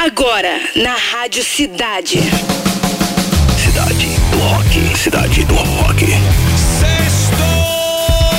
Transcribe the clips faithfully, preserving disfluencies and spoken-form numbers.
Agora, na Rádio Cidade. Cidade do Rock. Cidade do Rock. Sextou!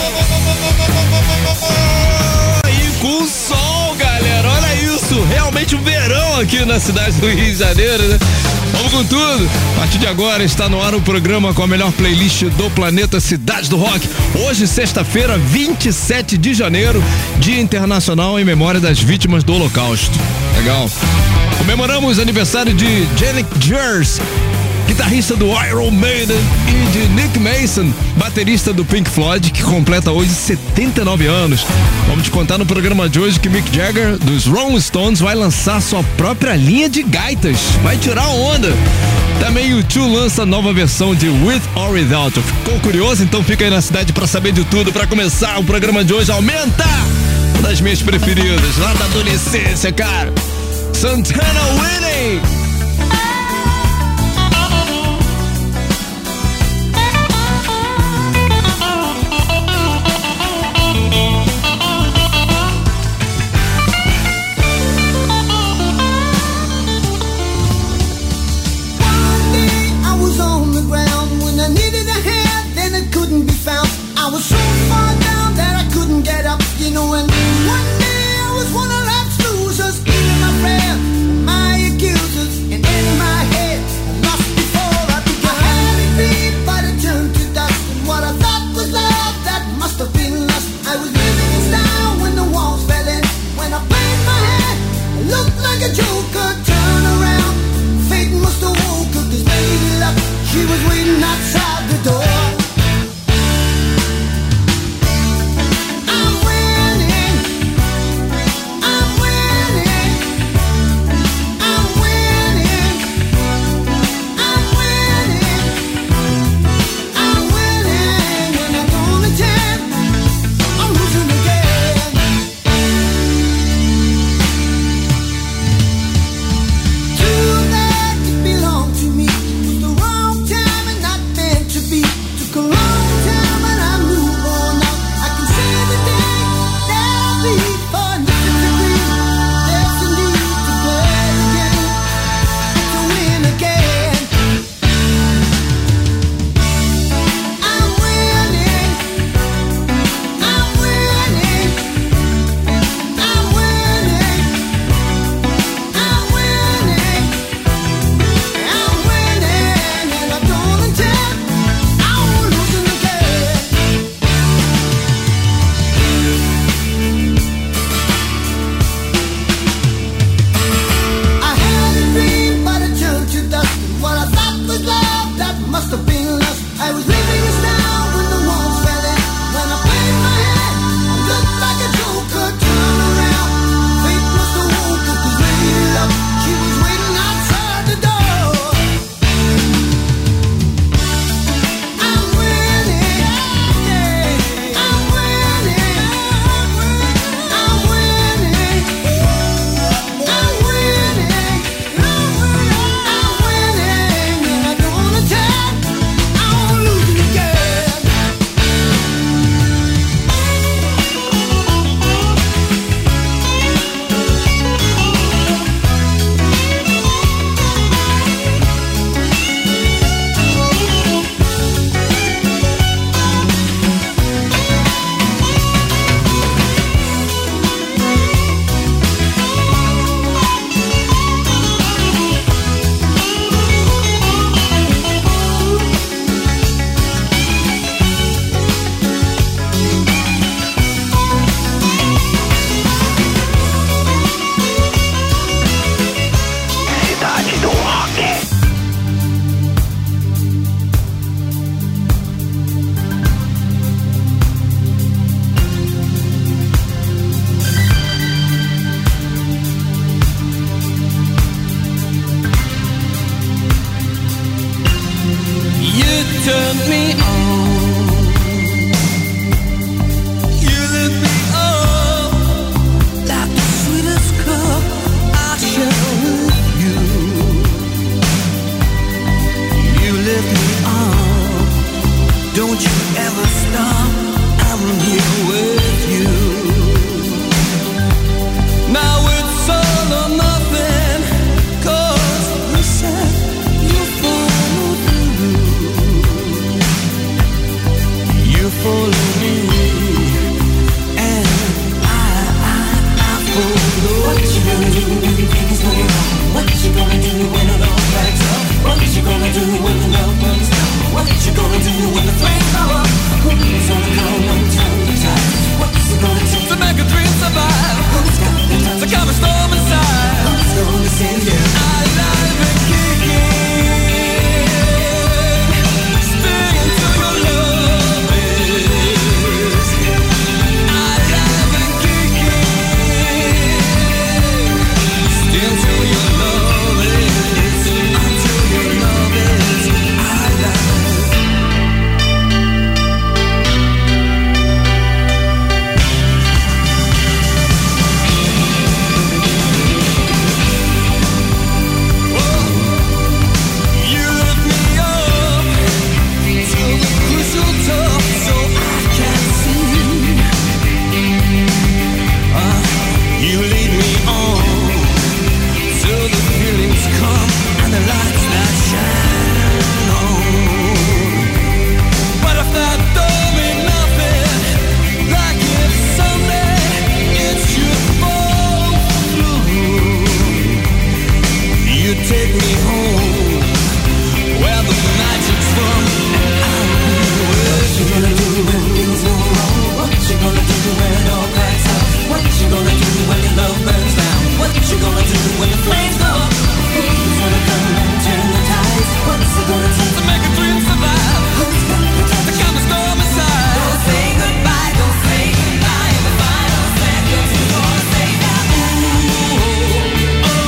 E com sol, galera. Olha isso. Realmente um verão aqui na cidade do Rio de Janeiro, né? Vamos com tudo. A partir de agora está no ar o programa com a melhor playlist do planeta, Cidade do Rock. Hoje, sexta-feira, vinte e sete de janeiro, Dia Internacional em Memória das Vítimas do Holocausto. Legal. Comemoramos o aniversário de Janet Jers, guitarrista do Iron Maiden, e de Nick Mason, baterista do Pink Floyd, que completa hoje setenta e nove anos. Vamos te contar no programa de hoje que Mick Jagger, dos Rolling Stones, vai lançar sua própria linha de gaitas. Vai tirar onda. Também o U dois lança nova versão de With or Without. Ficou curioso? Então fica aí na cidade pra saber de tudo. Pra começar o programa de hoje, aumenta! Uma das minhas preferidas, lá da adolescência, cara. Santana Winning! What you gonna do when you think it's going wrong? What you gonna do when the love backs up? What you gonna do when the love burns down? What you gonna do when the flames go up? Who's gonna come and turn the tide? What's it gonna take to make a dream survive? Who's got the time to calm a storm inside? Who's gonna save you? Alive and kicking, spin until your love is alive and kicking, still until your love is, until your love is alive. Take me home where the magic's from. What you gonna do when things go wrong? What you gonna do when it all cracks up? What you gonna do when your love burns down? What you gonna do when the flames go up? Who's gonna come and turn the tides? What's it gonna take to make a dream survive? Who's got the time to calm the storm inside? Don't say goodbye, don't say goodbye. In the final seconds, you're gonna say that. Ooh, oh.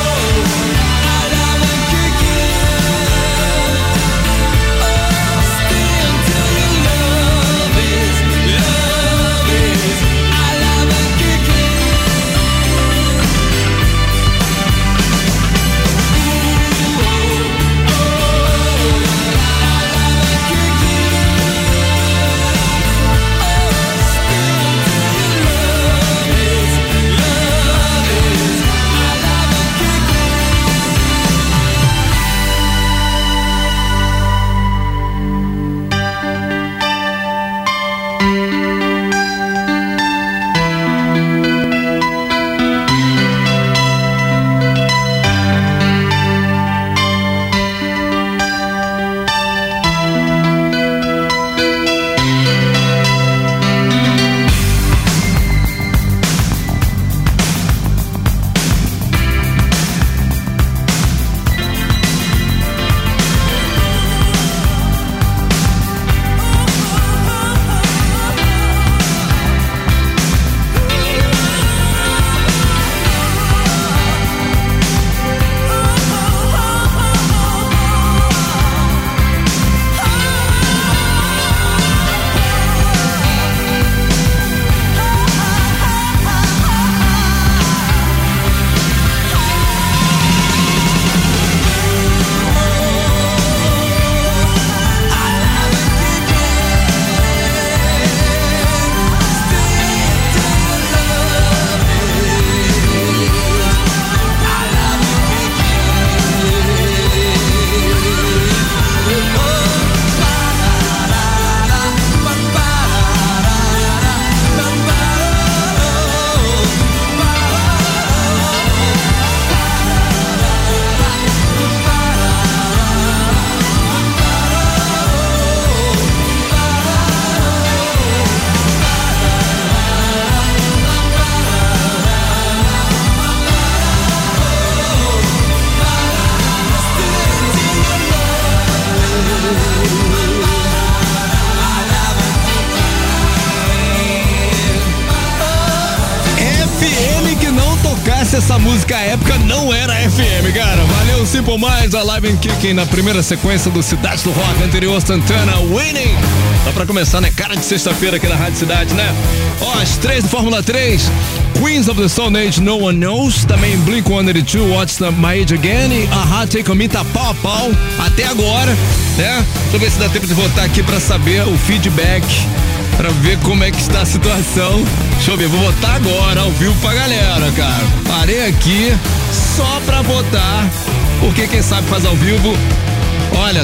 Essa música à época não era F M, cara. Valeu, Simple Minds, Alive and Kicking na primeira sequência do Cidade do Rock, anterior Santana, Winning. Só pra começar, né? Cara de sexta-feira aqui na Rádio Cidade, né? Ó, as três do Fórmula três, Queens of the Stone Age, No One Knows. Também Blink cento e oitenta e dois, What's the My Age Again. E Aha, Take On Me tá pau a pau até agora, né? Deixa eu ver se dá tempo de voltar aqui pra saber o feedback, pra ver como é que está a situação. Deixa eu ver, vou votar agora ao vivo pra galera, cara. Parei aqui só pra votar, porque quem sabe faz ao vivo. Olha,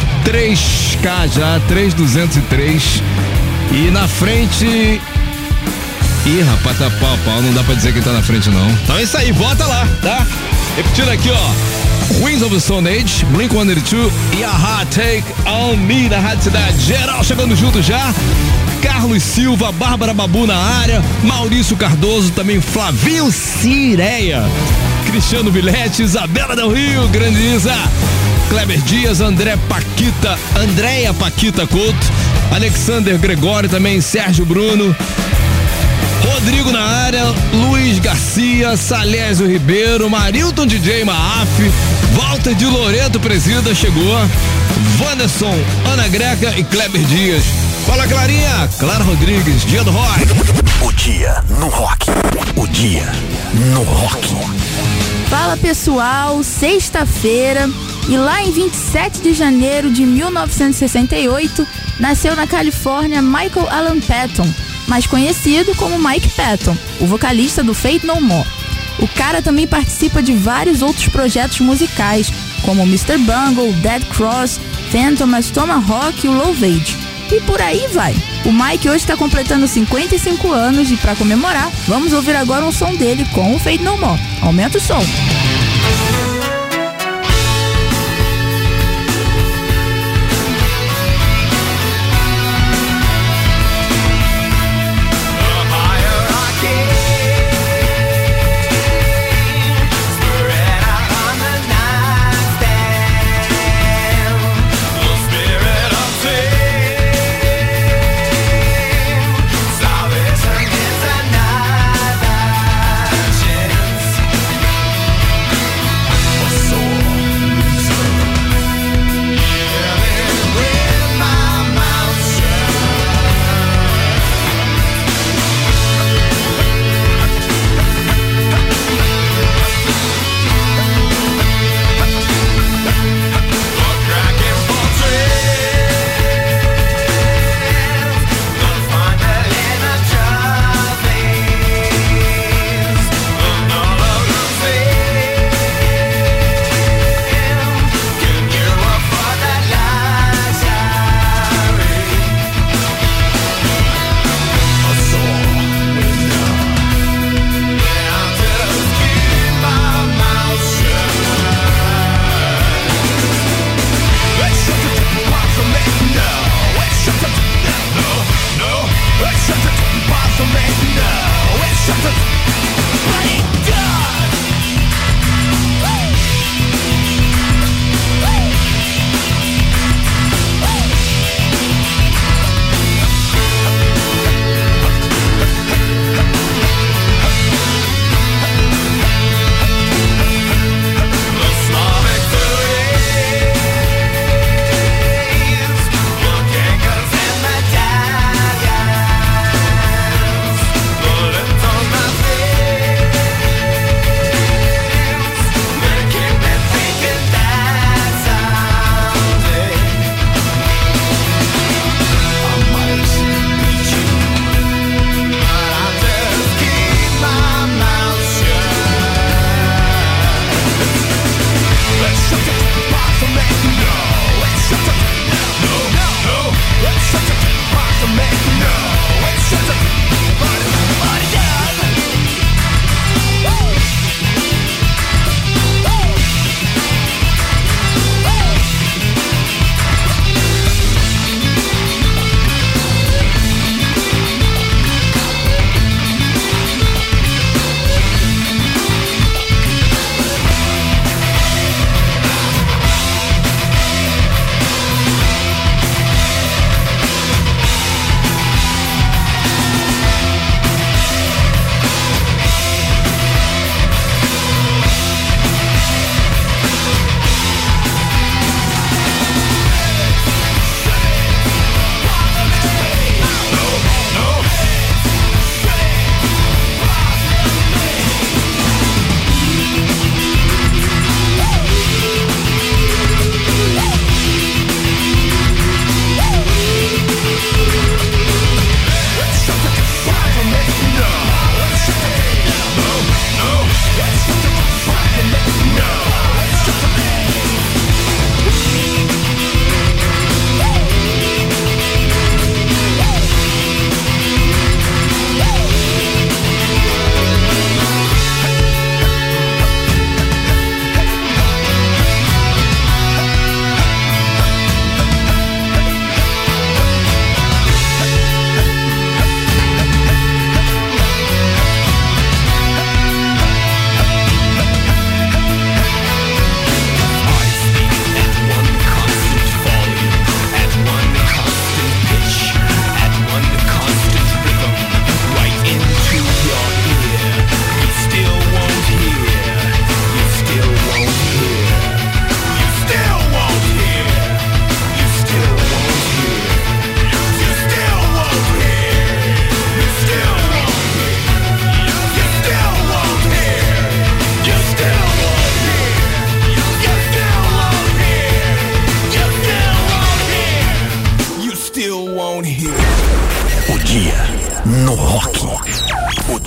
três K já, três mil duzentos e três. E na frente Ih, rapaz, tá pau a pau, não dá pra dizer quem tá na frente não. Então é isso aí, vota lá, tá? Repetindo aqui, ó. Queens of the Stone Age, Blink one eighty-two e a Take On Me na Rádio Cidade. Geral chegando junto já. Carlos Silva, Bárbara Babu na área, Maurício Cardoso, também Flavinho Cireia, Cristiano Vilete, Isabela Del Rio, Grande Isa, Kleber Dias, André Paquita, Andréia Paquita Couto, Alexander Gregório, também Sérgio Bruno, Rodrigo na área, Luiz Garcia, Salésio Ribeiro, Marilton D J Maaf, Walter de Loreto Presida chegou, Wanderson, Ana Greca e Kleber Dias. Fala, Clarinha, Clara Rodrigues, Dia do Rock. O dia no rock. O dia no rock. Fala, pessoal, sexta-feira, e lá em vinte e sete de janeiro de mil novecentos e sessenta e oito, nasceu na Califórnia Michael Alan Patton, mais conhecido como Mike Patton, o vocalista do Faith No More. O cara também participa de vários outros projetos musicais, como mister Bungle, Dead Cross, Phantom, Tomahawk e o Love Age. E por aí vai. O Mike hoje está completando cinquenta e cinco anos e para comemorar, vamos ouvir agora um som dele com o Faith No More. Aumenta o som. Salvation is another chance.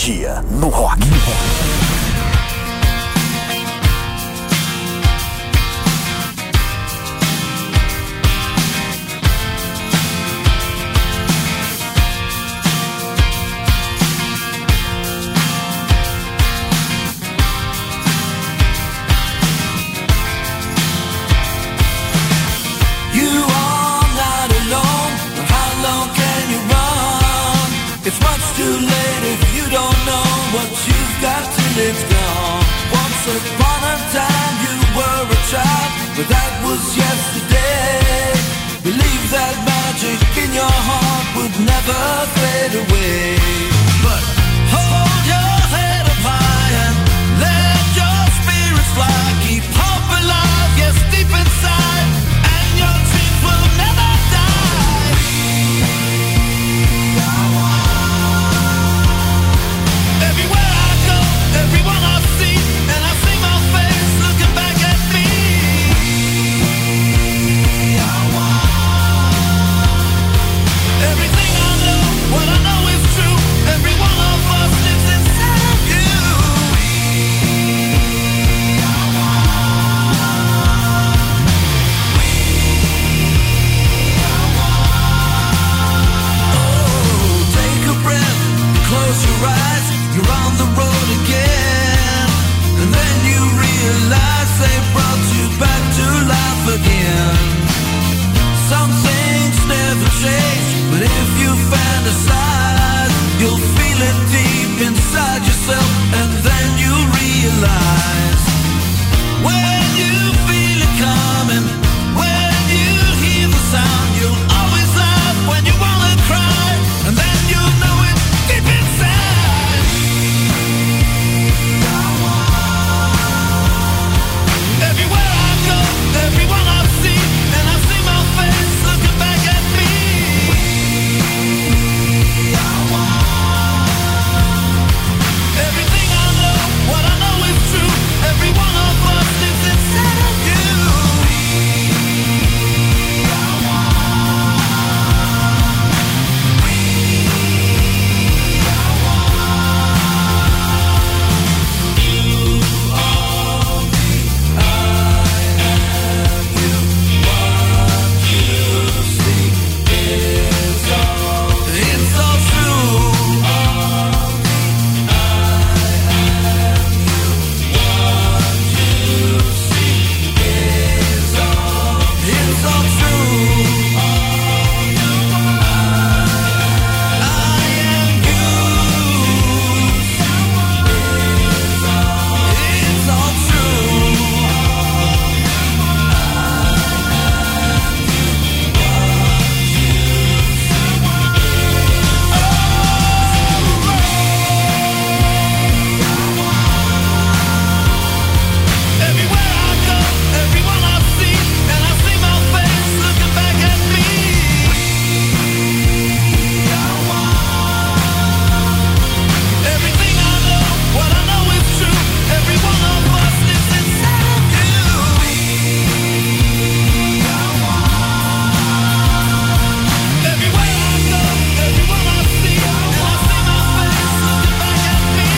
dia no rock. Too late if you don't know what you've got to live on. Once upon a time you were a child, but that was yesterday. Believe that magic in your heart would never fade away. But hold your head up high and let your spirits fly. Keep hope alive, yes, deep inside, and your dreams will never die. Everywhere I go, everyone I see, and I see my face looking back at me. Everything I know, what I know is true. Every one of us lives inside of you. Oh, take a breath, close your eyes. You're on the road again, and then you realize they brought you back to life again. Some things never change, but if you fantasize, you'll feel it deep inside yourself, and then you realize when you feel it coming, when you hear the sound, you'll always laugh when you wanna cry, and then you'll know it deep inside. Everywhere I go, everyone I see, and I see my face looking back at me. Everything I know, what I know is true. Every one of us lives inside of you. It's all true. It's all true. I am you. It's all true. Everywhere I go, everyone I see, and I see my face looking back at me. Everything I know, what I know is true. Every one of us lives inside of you. Everywhere I go, everyone I see, and I see my face looking back at me.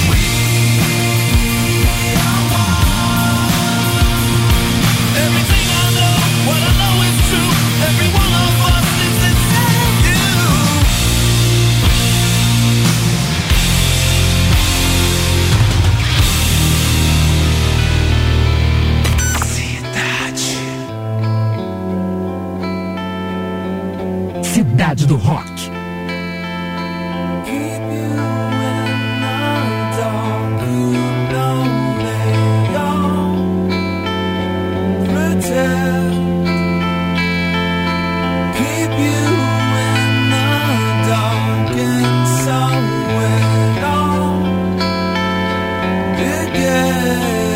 Everything I know, what I know is true. Every one of us lives inside of you. Cidade do Rock. Keep you in the dark, you know they all pretend. Keep you in the dark, and so it all began.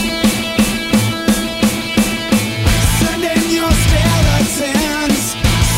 Sending your skeletons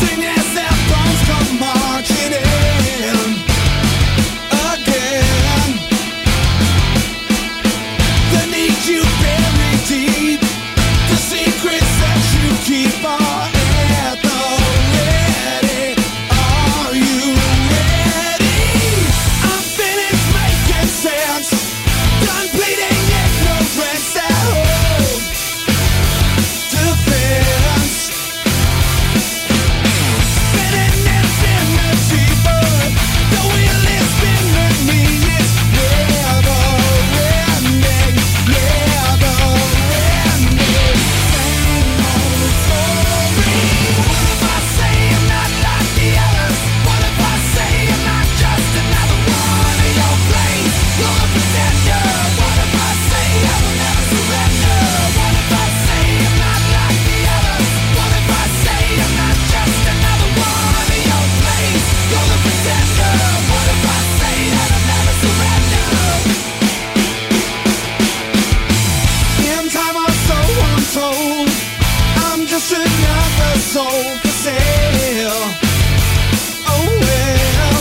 soul for sale. Oh well,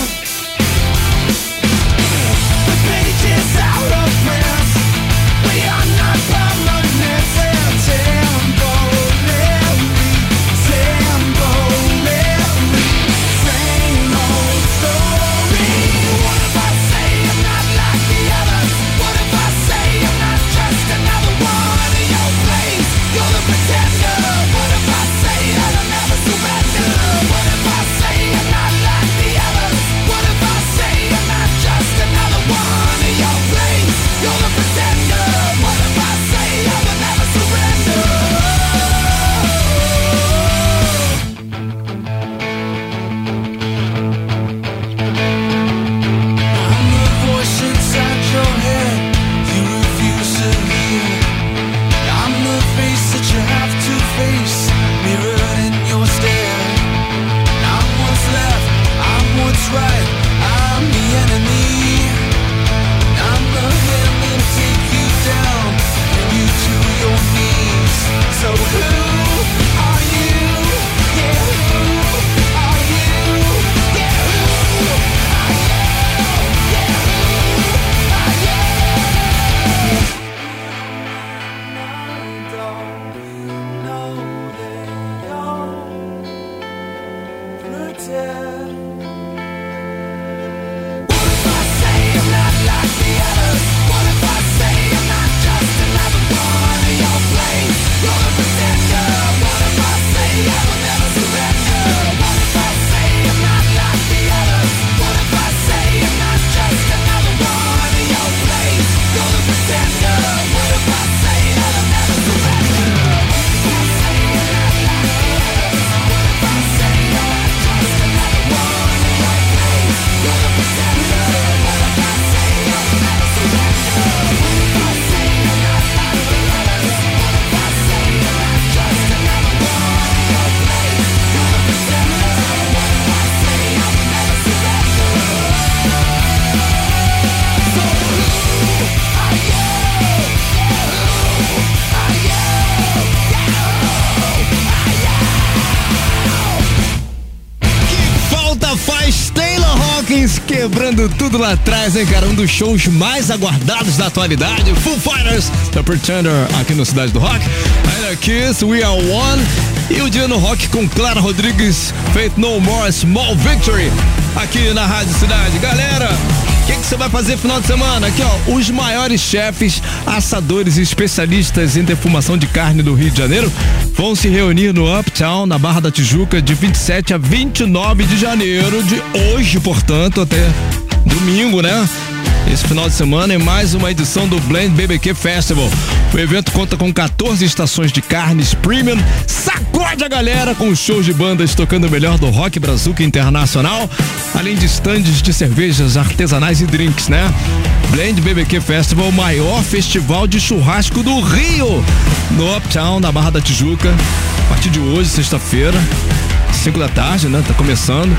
the page is out of print. We are not permanent. Temporary, temporary, same old story. What if I say I'm not like the others? What if I say I'm not just another one in your place? You're the pretender. What if I say that I'll never surrender? What if I say I'm not like the others? What if I say I'm not just another one in your place? You're the pretender. What if I say I will never surrender? I'm the voice inside your head you refuse to hear. I'm the face that you have to face, mirrored in your stare. I'm what's left, I'm what's right, I'm the enemy. I'm the hand that'll take you down, bring you to your knees. So who are you? Yeah, who are you? Yeah, who are you? Yeah, who are you? I don't know that you'll pretend. What if I say I'm not like the others? What if I say I'm not just another one in your place? You're the pretender. What if I say I will never surrender? What if I say I'm not like the others? What if I say I'm not just another one in your place? You're the pretender. What if I say that I'll never surrender? What if I say I'm not like the others? What if I say I'm not just another one in your place? You're the pretender. What if I say I will never surrender? What if I say I'm not like the others? What if I say I'm not just another one in your place? You're the pretender. What if I say I will never surrender? So who are you? Yeah, who are you? Que falta faz Taylor Hawkins quebrando tudo lá atrás, hein, cara? Um dos shows mais aguardados da atualidade. Foo Fighters, The Pretender, aqui no Cidade do Rock. Ainda Kiss, We Are One. E o Dia no Rock com Clara Rodrigues, Faith No More, Small Victory, aqui na Rádio Cidade. Galera, o que que você vai fazer final de semana? Aqui, ó, os maiores chefes, assadores e especialistas em defumação de carne do Rio de Janeiro vão se reunir no Uptown, na Barra da Tijuca, de vinte e sete a vinte e nove de janeiro, de hoje, portanto, até domingo, né? Esse final de semana em mais uma edição do Blend B B Q Festival. O evento conta com quatorze estações de carnes premium, sacode a galera com shows de bandas tocando o melhor do rock brazuca internacional, além de estandes de cervejas artesanais e drinks, né? Blend B B Q Festival, o maior festival de churrasco do Rio, no Uptown, na Barra da Tijuca, a partir de hoje, sexta-feira, cinco da tarde, né? Tá começando.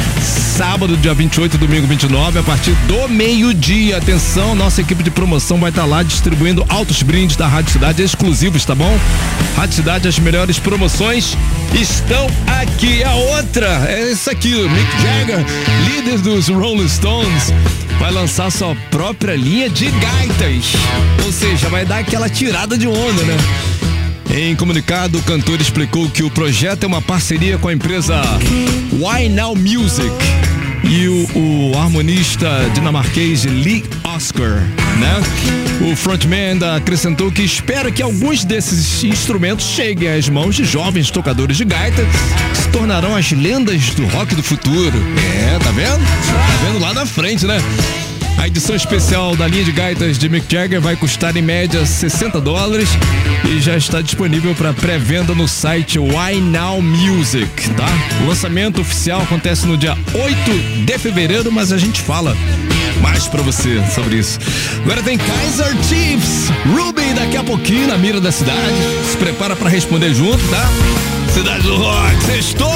Sábado, dia vinte e oito, domingo vinte e nove, a partir do meio-dia. Atenção, nossa equipe de promoção vai estar lá distribuindo altos brindes da Rádio Cidade exclusivos, tá bom? Rádio Cidade, as melhores promoções estão aqui. A outra é essa aqui, o Mick Jagger, líder dos Rolling Stones, vai lançar sua própria linha de gaitas. Ou seja, vai dar aquela tirada de onda, né? Em comunicado, o cantor explicou que o projeto é uma parceria com a empresa Why Now Music e o, o harmonista dinamarquês Lee Oscar, né? O frontman acrescentou que espera que alguns desses instrumentos cheguem às mãos de jovens tocadores de gaita que se tornarão as lendas do rock do futuro. É, tá vendo? Tá vendo lá na frente, né? A edição especial da linha de gaitas de Mick Jagger vai custar em média sessenta dólares e já está disponível para pré-venda no site Why Now Music, tá? O lançamento oficial acontece no dia oito de fevereiro, mas a gente fala mais pra você sobre isso. Agora tem Kaiser Chiefs, Ruby daqui a pouquinho na mira da cidade. Se prepara pra responder junto, tá? Cidade do Rock, sextou!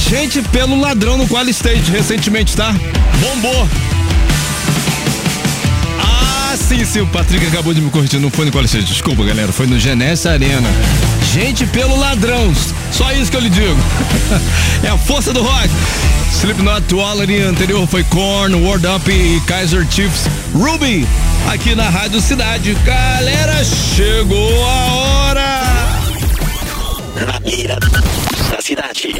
Gente pelo Ladrão no Qual Stage recentemente, tá? Bombou. Ah, sim, sim, o Patrick acabou de me corrigir, não foi no Qual Stage, desculpa, galera, foi no Genesse Arena. Gente pelo Ladrão, só isso que eu lhe digo. É a força do rock. Slipknot, Duality, anterior foi Korn, Word Up e Kaiser Chiefs. Ruby, aqui na Rádio Cidade. Galera, chegou a hora. Na mira da cidade.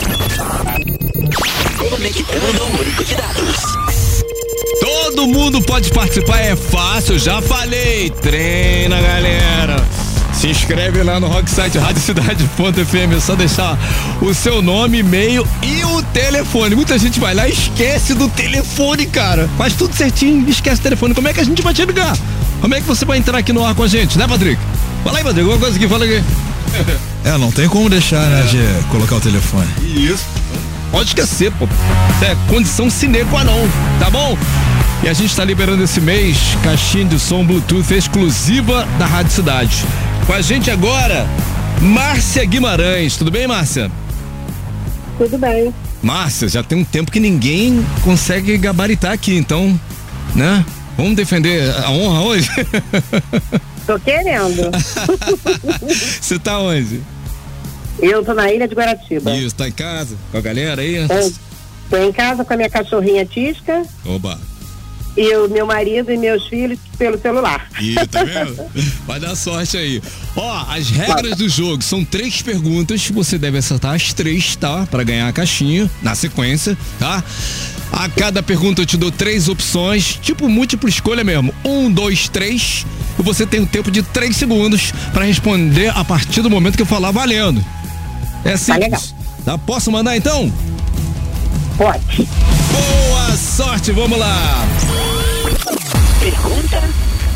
Conectando o banco de dados. Todo mundo pode participar, é fácil, já falei. Treina, galera. Se inscreve lá no Rocksite Rádio Cidade ponto F M, é só deixar o seu nome, e-mail e o telefone. Muita gente vai lá e esquece do telefone, cara. Faz tudo certinho, esquece o telefone. Como é que a gente vai te ligar? Como é que você vai entrar aqui no ar com a gente, né, Patrick? Fala aí, Patrick, alguma coisa aqui, fala aqui. É, não tem como deixar, né, de colocar o telefone. Isso. Pode esquecer, pô. É condição sine qua non, tá bom? E a gente tá liberando esse mês caixinha de som Bluetooth exclusiva da Rádio Cidade. Com a gente agora, Márcia Guimarães. Tudo bem, Márcia? Tudo bem. Márcia, já tem um tempo que ninguém consegue gabaritar aqui, então, né? Vamos defender a honra hoje? Tô querendo. Você tá onde? Eu tô na Ilha de Guaratiba. Isso, tá em casa? Com a galera aí? Tô, tô em casa com a minha cachorrinha Tisca. Oba. E o meu marido e meus filhos pelo celular. Ih, tá vendo? Vai dar sorte aí. Ó, as regras do jogo são três perguntas, você deve acertar as três, tá? Pra ganhar a caixinha, na sequência, tá? A cada pergunta eu te dou três opções, tipo múltipla escolha mesmo. Um, dois, três. E você tem um tempo de três segundos pra responder a partir do momento que eu falar valendo. É simples. Tá legal. Tá? Posso mandar então? Pode. Boa sorte, vamos lá. Pergunta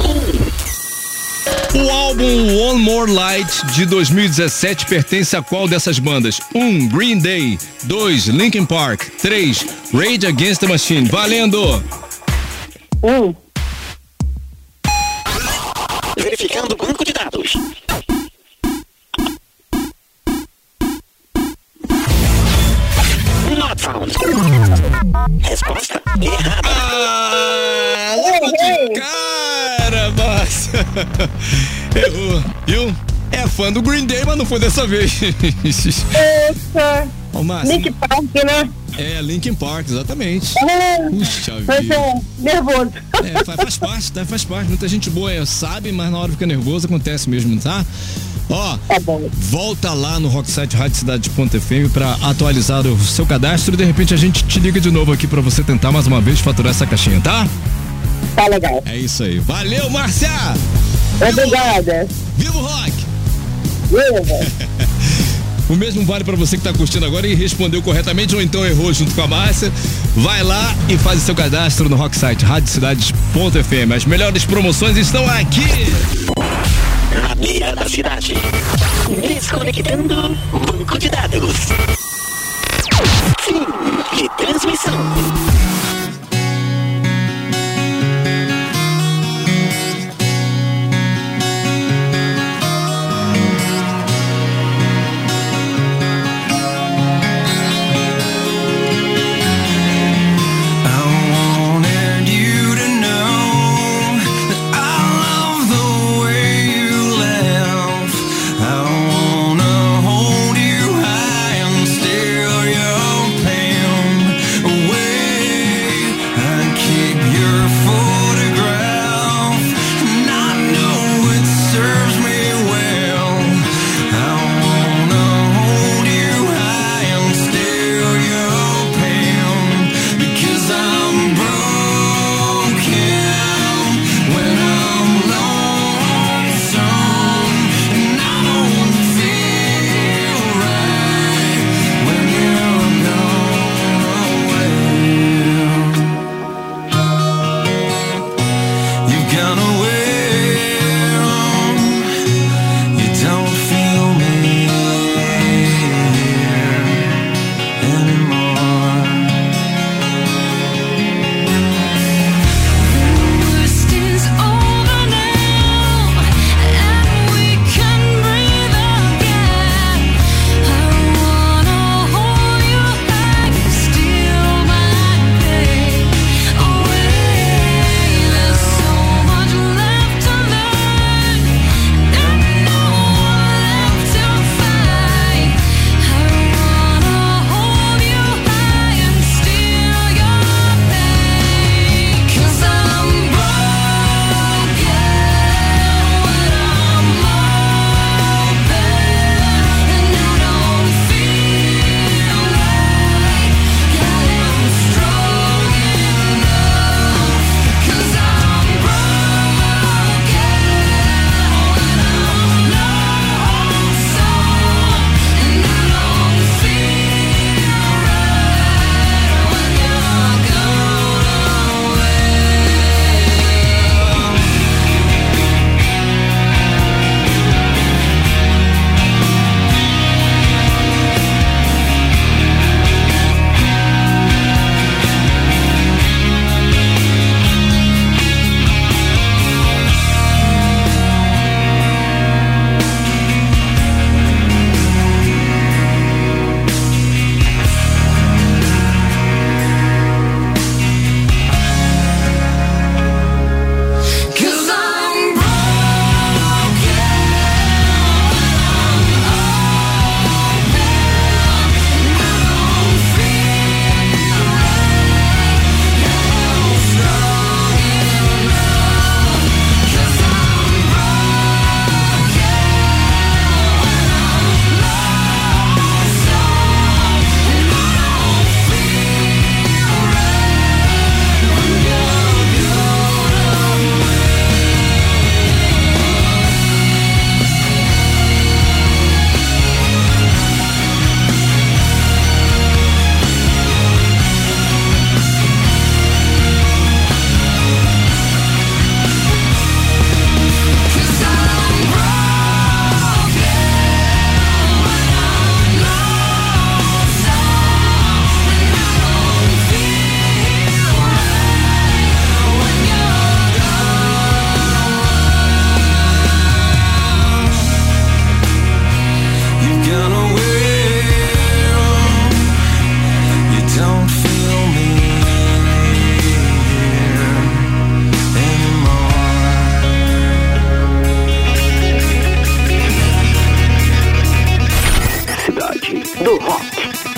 um. O álbum One More Light de dois mil e dezessete pertence a qual dessas bandas? um. Green Day. dois. Linkin Park. três. Rage Against the Machine. Valendo! Um. Verificando o banco de dados. Not found. Resposta errada. Ah, leva de cara, Márcia. Errou, viu? É fã do Green Day, mas não foi dessa vez. Eita. Ô, Márcia. Nick Park, né? É, Linkin Park, exatamente. É. Puxa Mas vida. é nervoso. É, faz, faz parte, tá? Faz parte. Muita gente boa é, sabe, mas na hora fica nervoso, acontece mesmo, tá? Ó, Tá bom. volta lá no Rocksite Rádio Cidade ponto F M pra atualizar o seu cadastro e de repente a gente te liga de novo aqui pra você tentar mais uma vez faturar essa caixinha, tá? Tá legal. É isso aí. Valeu, Márcia! Obrigada. Viva o rock! Viva. O mesmo vale pra você que tá curtindo agora e respondeu corretamente ou então errou junto com a Márcia. Vai lá e faz o seu cadastro no Rocksite Rádio Cidade ponto F M. As melhores promoções estão aqui! Na beira da cidade. Desconectando o banco de dados. Fim de transmissão. I wanna hold you high. rock.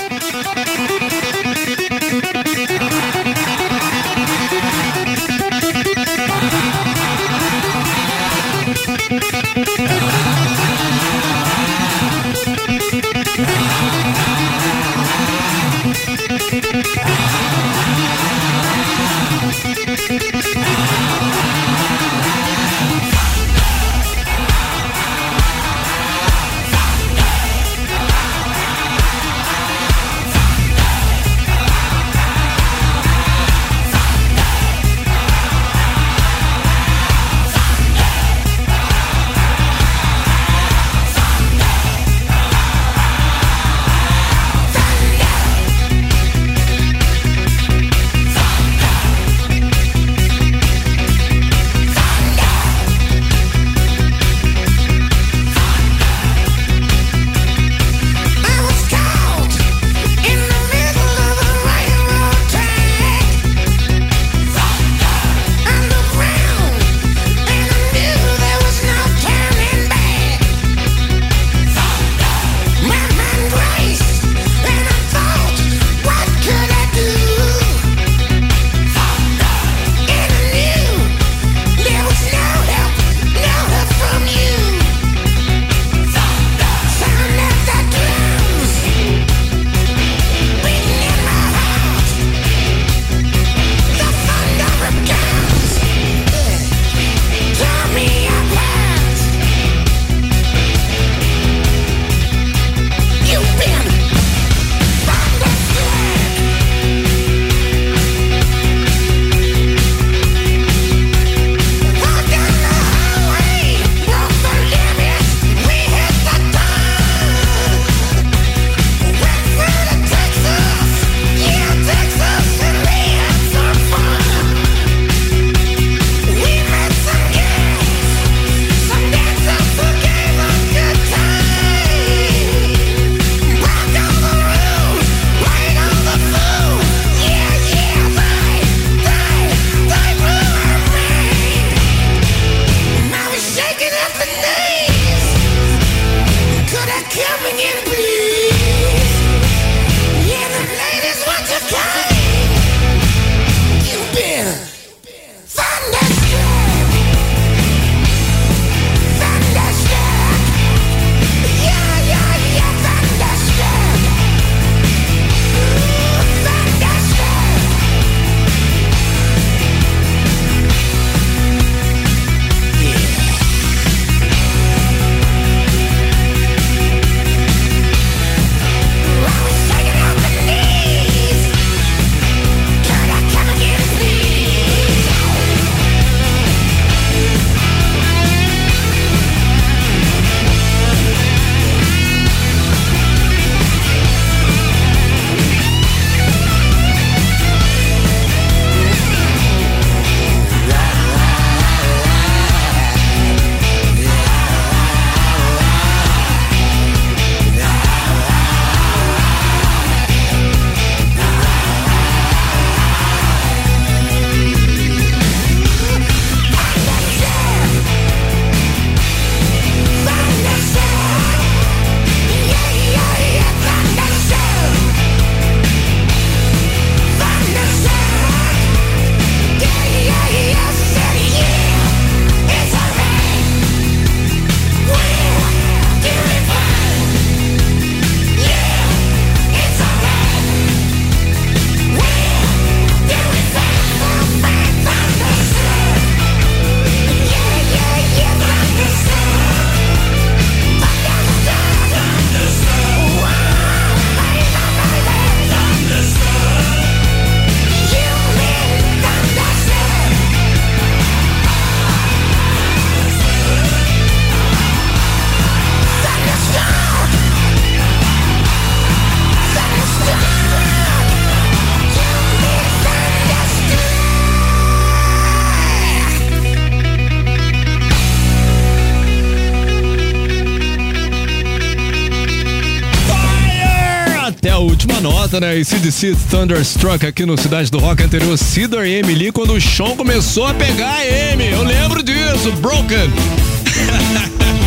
nota, né? A C D C Thunderstruck aqui no Cidade do Rock anterior, Cedar e Emily, quando o Sean começou a pegar a Amy. Eu lembro disso, Broken.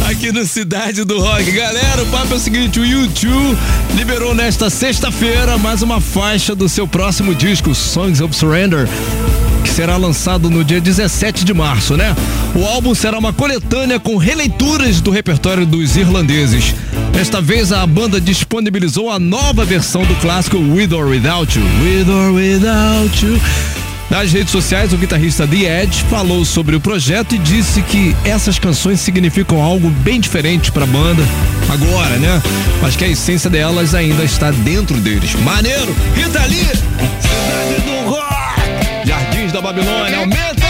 aqui no Cidade do Rock. Galera, o papo é o seguinte, o U dois liberou nesta sexta-feira mais uma faixa do seu próximo disco, Songs of Surrender, que será lançado no dia dezessete de março, né? O álbum será uma coletânea com releituras do repertório dos irlandeses. Desta vez a banda disponibilizou a nova versão do clássico With or Without You. With or Without You. Nas redes sociais, o guitarrista The Edge falou sobre o projeto e disse que essas canções significam algo bem diferente pra banda agora, né? Mas que a essência delas ainda está dentro deles. Maneiro! Rita Lee! Cidade do Rock! Jardins da Babilônia, aumenta!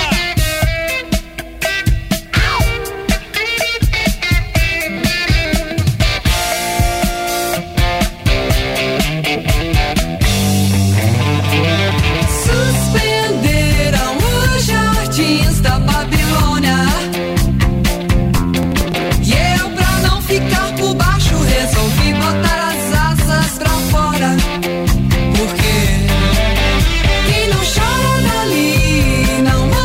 Porque quem não chora dali não morre.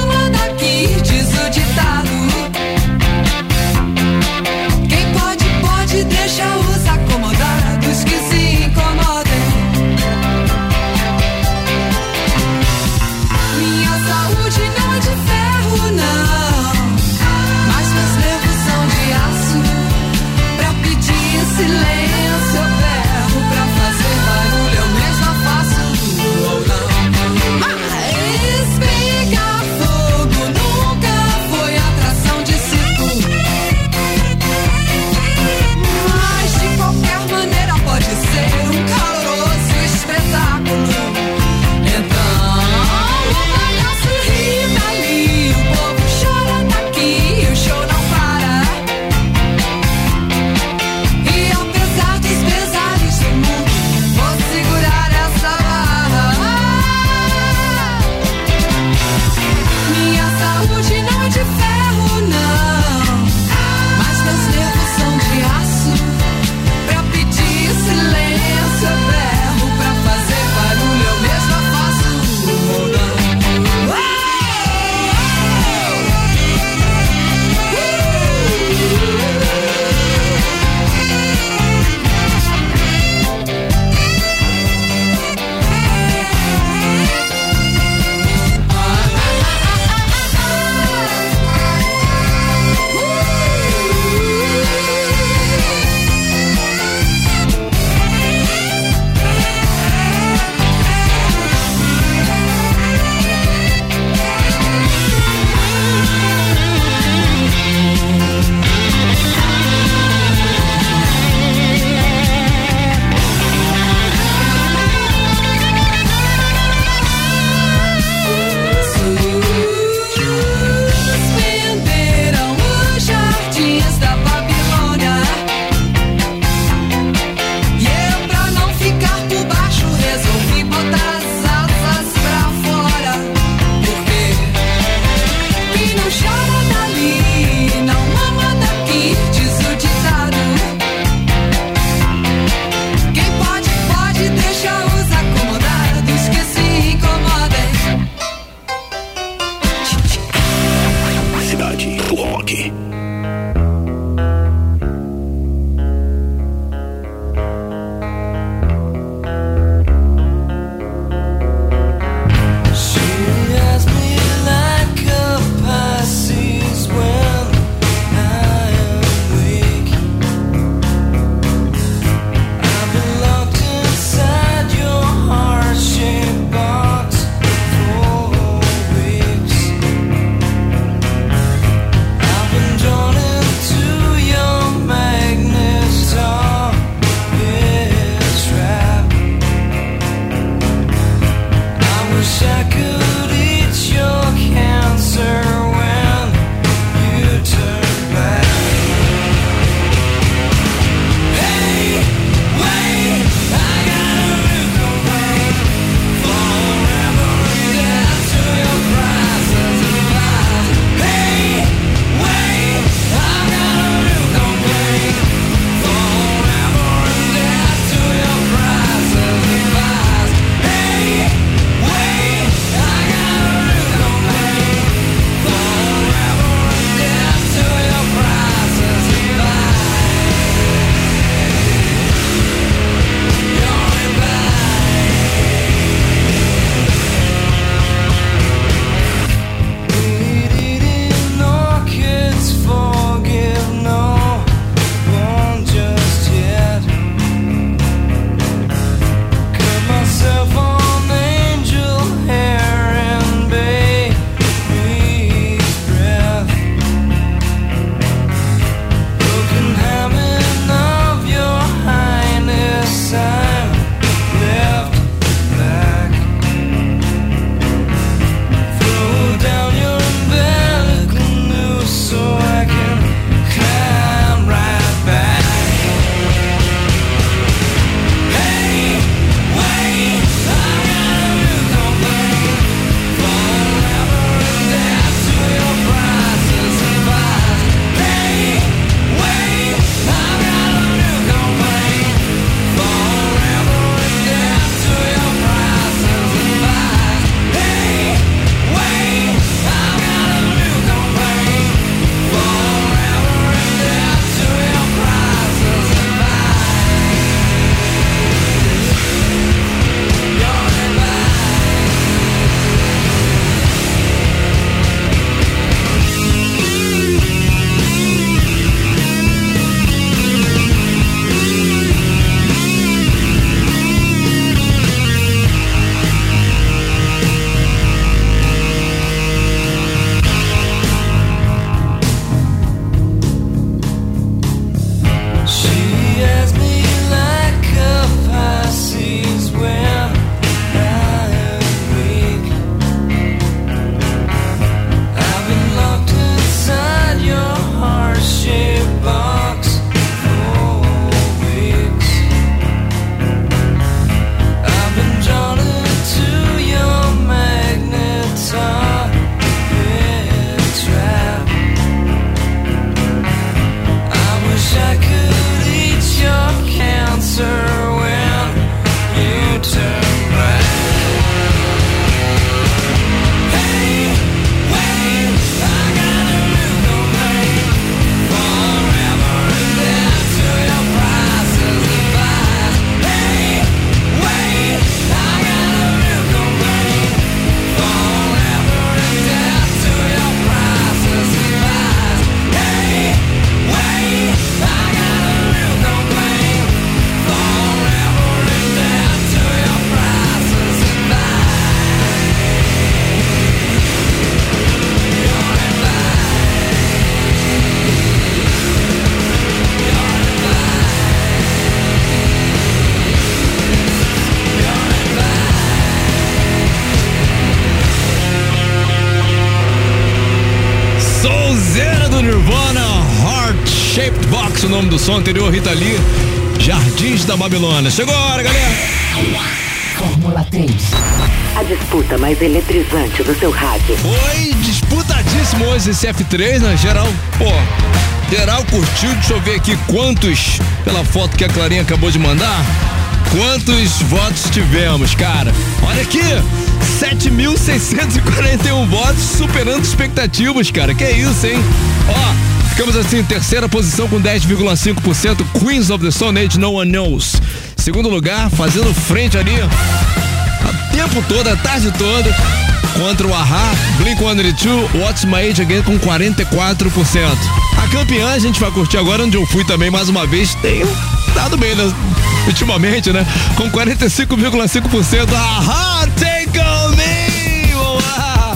Shaped Box, o nome do som anterior, Rita Lee, Jardins da Babilônia. Chegou a hora, galera. Fórmula três. A disputa mais eletrizante do seu rádio. Foi disputadíssimo hoje esse F três, né? Geral, pô, geral curtiu. Deixa eu ver aqui quantos, pela foto que a Clarinha acabou de mandar, quantos votos tivemos, cara. Olha aqui, sete mil seiscentos e quarenta e um votos, superando expectativas, cara. Que isso, hein? Ó, ficamos assim em terceira posição com dez vírgula cinco por cento, Queens of the Stone Age, No One Knows. Segundo lugar, fazendo frente ali o tempo todo, a tarde toda, contra o A-ha, Blink cento e oitenta e dois, What's My Age Again com quarenta e quatro por cento. A campeã a gente vai curtir agora, onde eu fui também mais uma vez, tem dado bem, né? Ultimamente, né? Com quarenta e cinco vírgula cinco por cento, A-ha, Take On Me! Vamos lá!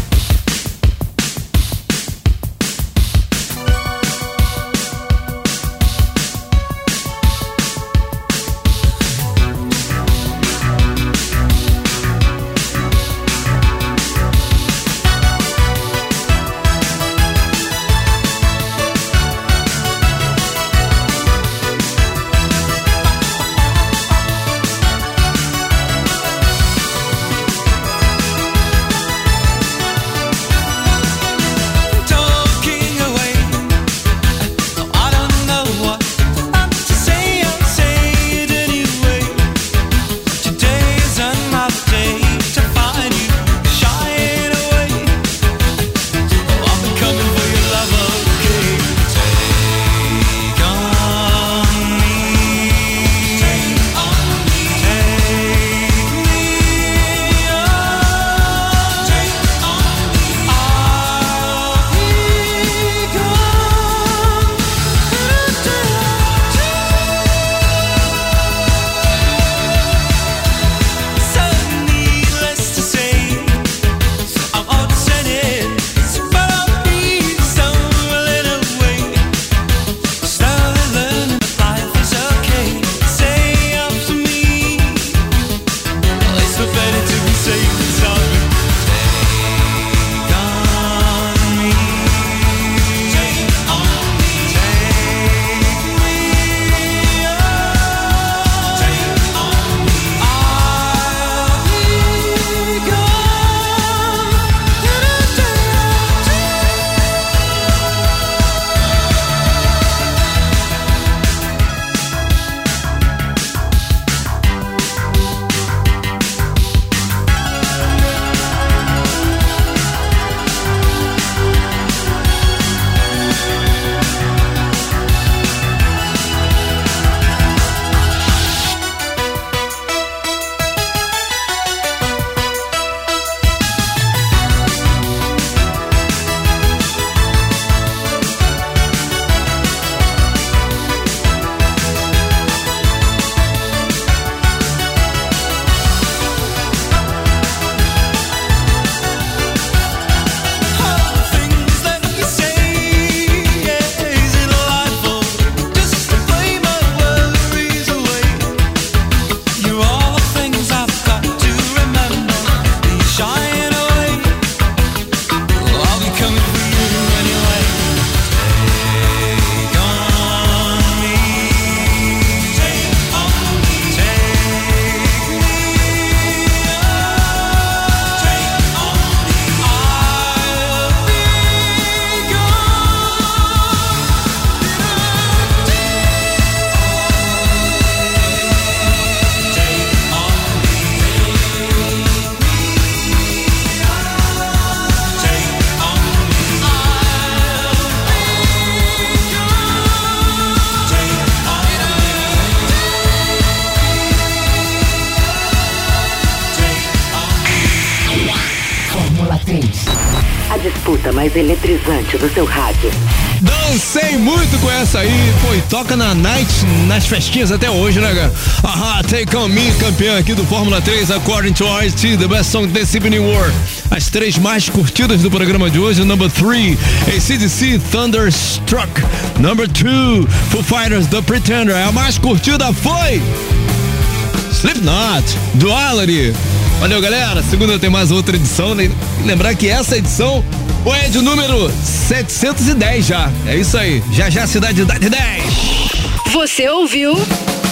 disputa mais eletrizante do seu rádio. Dancei muito com essa aí, pô, e toca na night, nas festinhas até hoje, né, cara? Ahá, Take On Me, campeã aqui do Fórmula três, according to R T, the best song this evening war. As três mais curtidas do programa de hoje, number three, A C D C, Thunderstruck. Number two, Foo Fighters, The Pretender. A mais curtida foi Slipknot, Duality. Valeu, galera. Segunda tem mais outra edição, né? E lembrar que essa edição é de número setecentos e dez já. É isso aí. Já já Cidade dez. Você ouviu